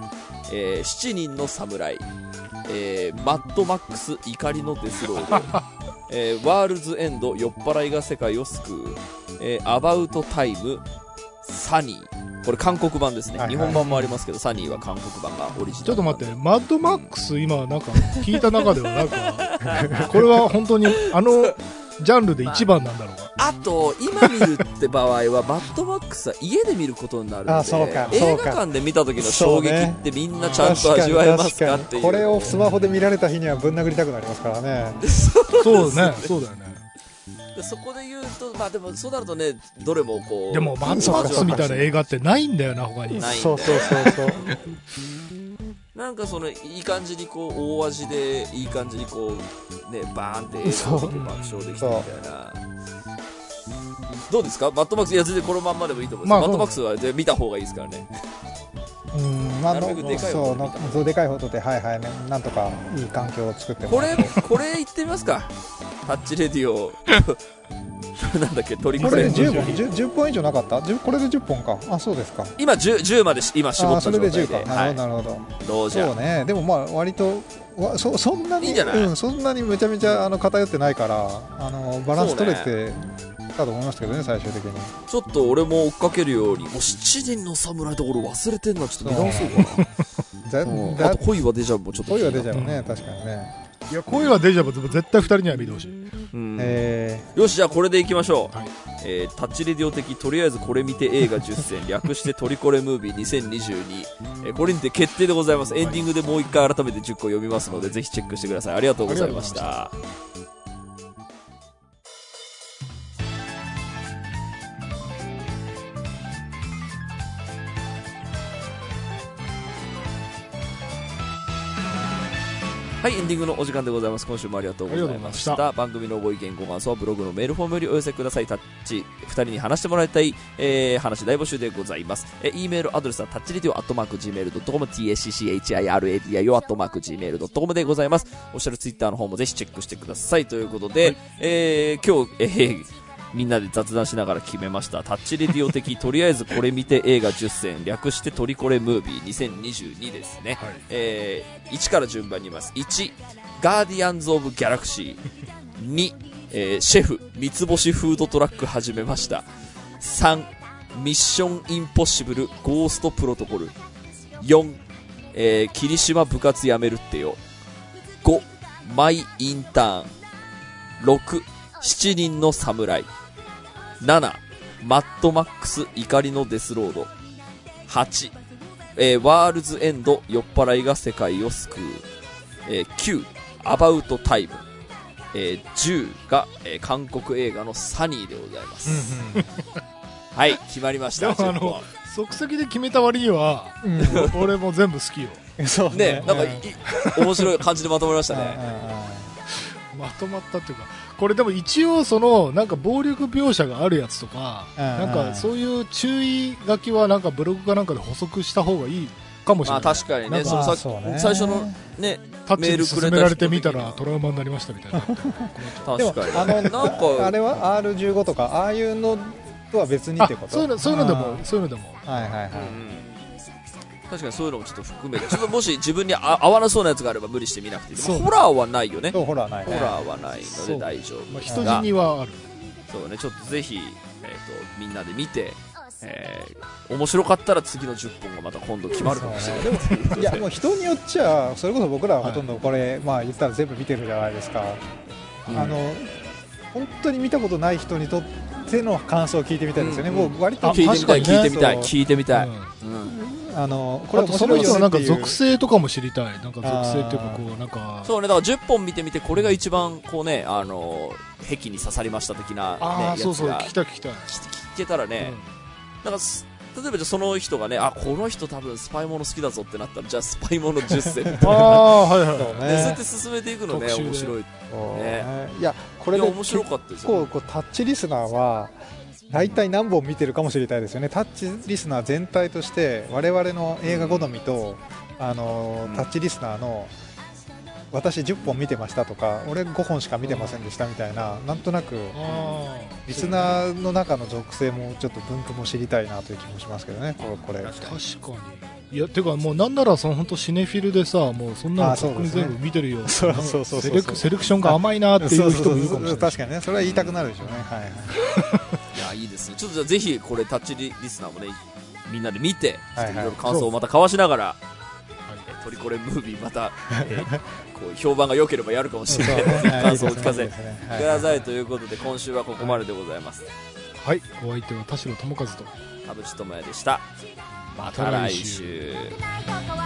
えー、しちにんの侍、えー、マッドマックス怒りのデスロード、えー、ワールズエンド酔っ払いが世界を救う、えー、アバウトタイム、サニー、これ韓国版ですね、はいはい、日本版もありますけどサニーは韓国版がオリジナル。 ちょっと待って、マッドマックス今なんか聞いた中ではなんかこれは本当にあのジャンルで一番なんだろうか。 あと今見るって場合はマッドマックスは家で見ることになるので、 あ、そうか、 映画館で見た時の衝撃ってみんなちゃんと味わえますかっていう。 これをスマホで見られた日にはぶん殴りたくなりますからね。 そうね、そうだよね。 でそこで言うと、まあでもそうなるとね、どれもこうでもマッドマックスみたいな映画ってないんだよな、他に。 ないんだよ。 そうそうそうそうなんかそのいい感じにこう大味でいい感じにこうねバーンって映像を見て爆笑できたみたいな。どうですかマッドマックス。いや全然このまんまでもいいと思います、まあ、マッドマックスは見た方がいいですからね。 うん、まあ、なるべくでかい方でそうでかい方で、はいはいね、なんとかいい環境を作ってもらって。 これこれ言ってみますか。タッチレディオなんだっけ、トリこれ じゅっぽん以上なかった？これでじゅっぽんか。あ、そうですか。 今 10, 10まで今絞った状態で。 それでじゅうか。なるほどなるほど。 どうじゃ。 そうね。でもまあ割とわ そ, そんなにいいんじゃない？ うん、そんなにめちゃめちゃあの偏ってないからあのバランス取れてたと思いましたけどね、最終的に。 ちょっと俺も追っかけるように、もうしちにんの侍のところ忘れてんのちょっと見直そうかな。うん、あと恋はデジャブもちょっと。 恋はデジャブね、確かにね。 いや恋はデジャブでも絶対ふたりには見てほしい。 うん、えー、よし、じゃあこれでいきましょう、はい。えー、タッチレディオ的とりあえずこれ見て映画じゅっせん略してトリコレムービーにせんにじゅうに、えー、これにて決定でございます。エンディングでもう一回改めてじゅっこ読みますので、ぜひチェックしてください。ありがとうございました。はい、エンディングのお時間でございます。今週もありがとうございました。した番組のご意見ご感想はブログのメールフォームよりお寄せください。タッチふたりに話してもらいたい、えー、話大募集でございます。えー、E メールアドレスはタッチレディオアットマーク ジーメールドットコム タッチレディオアットマーク ジーメールドットコム でございます。オフィシャルツイッターの方もぜひチェックしてくださいということで、はい、えー、今日、えーみんなで雑談しながら決めましたタッチレディオ的とりあえずこれ見て映画じゅっせん略してトリコレムービーにせんにじゅうにですね、はい、えー、いちから順番に言います。いち、ガーディアンズ・オブ・ギャラクシー。に、えー、シェフ三つ星フードトラック始めました。さん、ミッション・インポッシブルゴーストプロトコル。よん、えー、霧島部活やめるってよ。ご、マイ・インターン。ろく、しちにんの侍。なな、マッドマックス怒りのデスロード。はち、えー、ワールズエンド酔っ払いが世界を救う。えー、きゅう、アバウトタイム。えー、じゅうが、えー、韓国映画のサニーでございます。はい、決まりました。 でもあの即席で決めた割には、うん、俺も全部好きよ。 そうね、ね、なんかい面白い感じでまとまりましたね。 まとまったっていうか、これでも一応そのなんか暴力描写があるやつとか、なんかそういう注意書きはなんかブログかなんかで補足した方がいいかもしれない。 まあ確かにね、そのさ最初のねタッチに勧められてみたらトラウマになりましたみたいな。 確かに。あのなんかあれは アールじゅうご とかああいうのとは別にってこと？ そういうのそういうのでもそういうのでも。 はいはいはい。 確かにそういうのもちょっと含めて、ちょっともし自分に合わなそうなやつがあれば無理して見なくていい。ホラーはないよね。 そうホラーない、 ね。ホラーはないので大丈夫。 まあ、人死にはある。 そうね、ちょっとぜひ、えー、とみんなで見て、えー、面白かったら次のじゅっぽんがまた今度決まるかもしれない。 いやもう人によっちゃそれこそ僕らはほとんどこれ、はい、まあ言ったら全部見てるじゃないですか。うん、あの本当に見たことない人にとっての感想を聞いてみたいですよね。うんうん、もう割と聞いてみたい、聞いてみたい、聞いてみたい。うんあのこれその人のなんか属性とかも知りたい。なんか属性っていうかこうなんかそうね、だからじゅっぽん見てみてこれが一番こうねあの壁に刺さりました的な、ね、 あやつがそうそう聞きたい聞きたい聞けたらね、うん、なんか例えばじゃその人がねあこの人多分スパイもの好きだぞってなったらじゃあスパイものじゅっせんみたいなあはいはい、ね、 そうやって進めていくのね面白いね。 いやこれで面白かったですよ、ね、 結構こうタッチリスナーは大体何本見てるかも知りたいですよね。タッチリスナー全体として我々の映画好みとあのタッチリスナーの私じゅっぽん見てましたとか俺ごほんしか見てませんでしたみたいななんとなくリスナーの中の属性もちょっと分布も知りたいなという気もしますけどね。これ確かにいやてかもうなんならその本当シネフィルでさもうそんなのとっくに全部見てるよ、 そうそうそうそう、 セレクセレクションが甘いなっていう人もいるかもしれない。 確かにね、それは言いたくなるでしょうね。はいはい。 いやいいですね。ちょっとじゃあぜひこれタッチリリスナーもねみんなで見て、いろいろ感想をまた交わしながら、トリコレムービーまた、えー、こう評判が良ければやるかもしれないので感想を聞かせてくださいということで、今週はここまででございます。 はい、お相手は田代智和と田淵智也でした。また来週。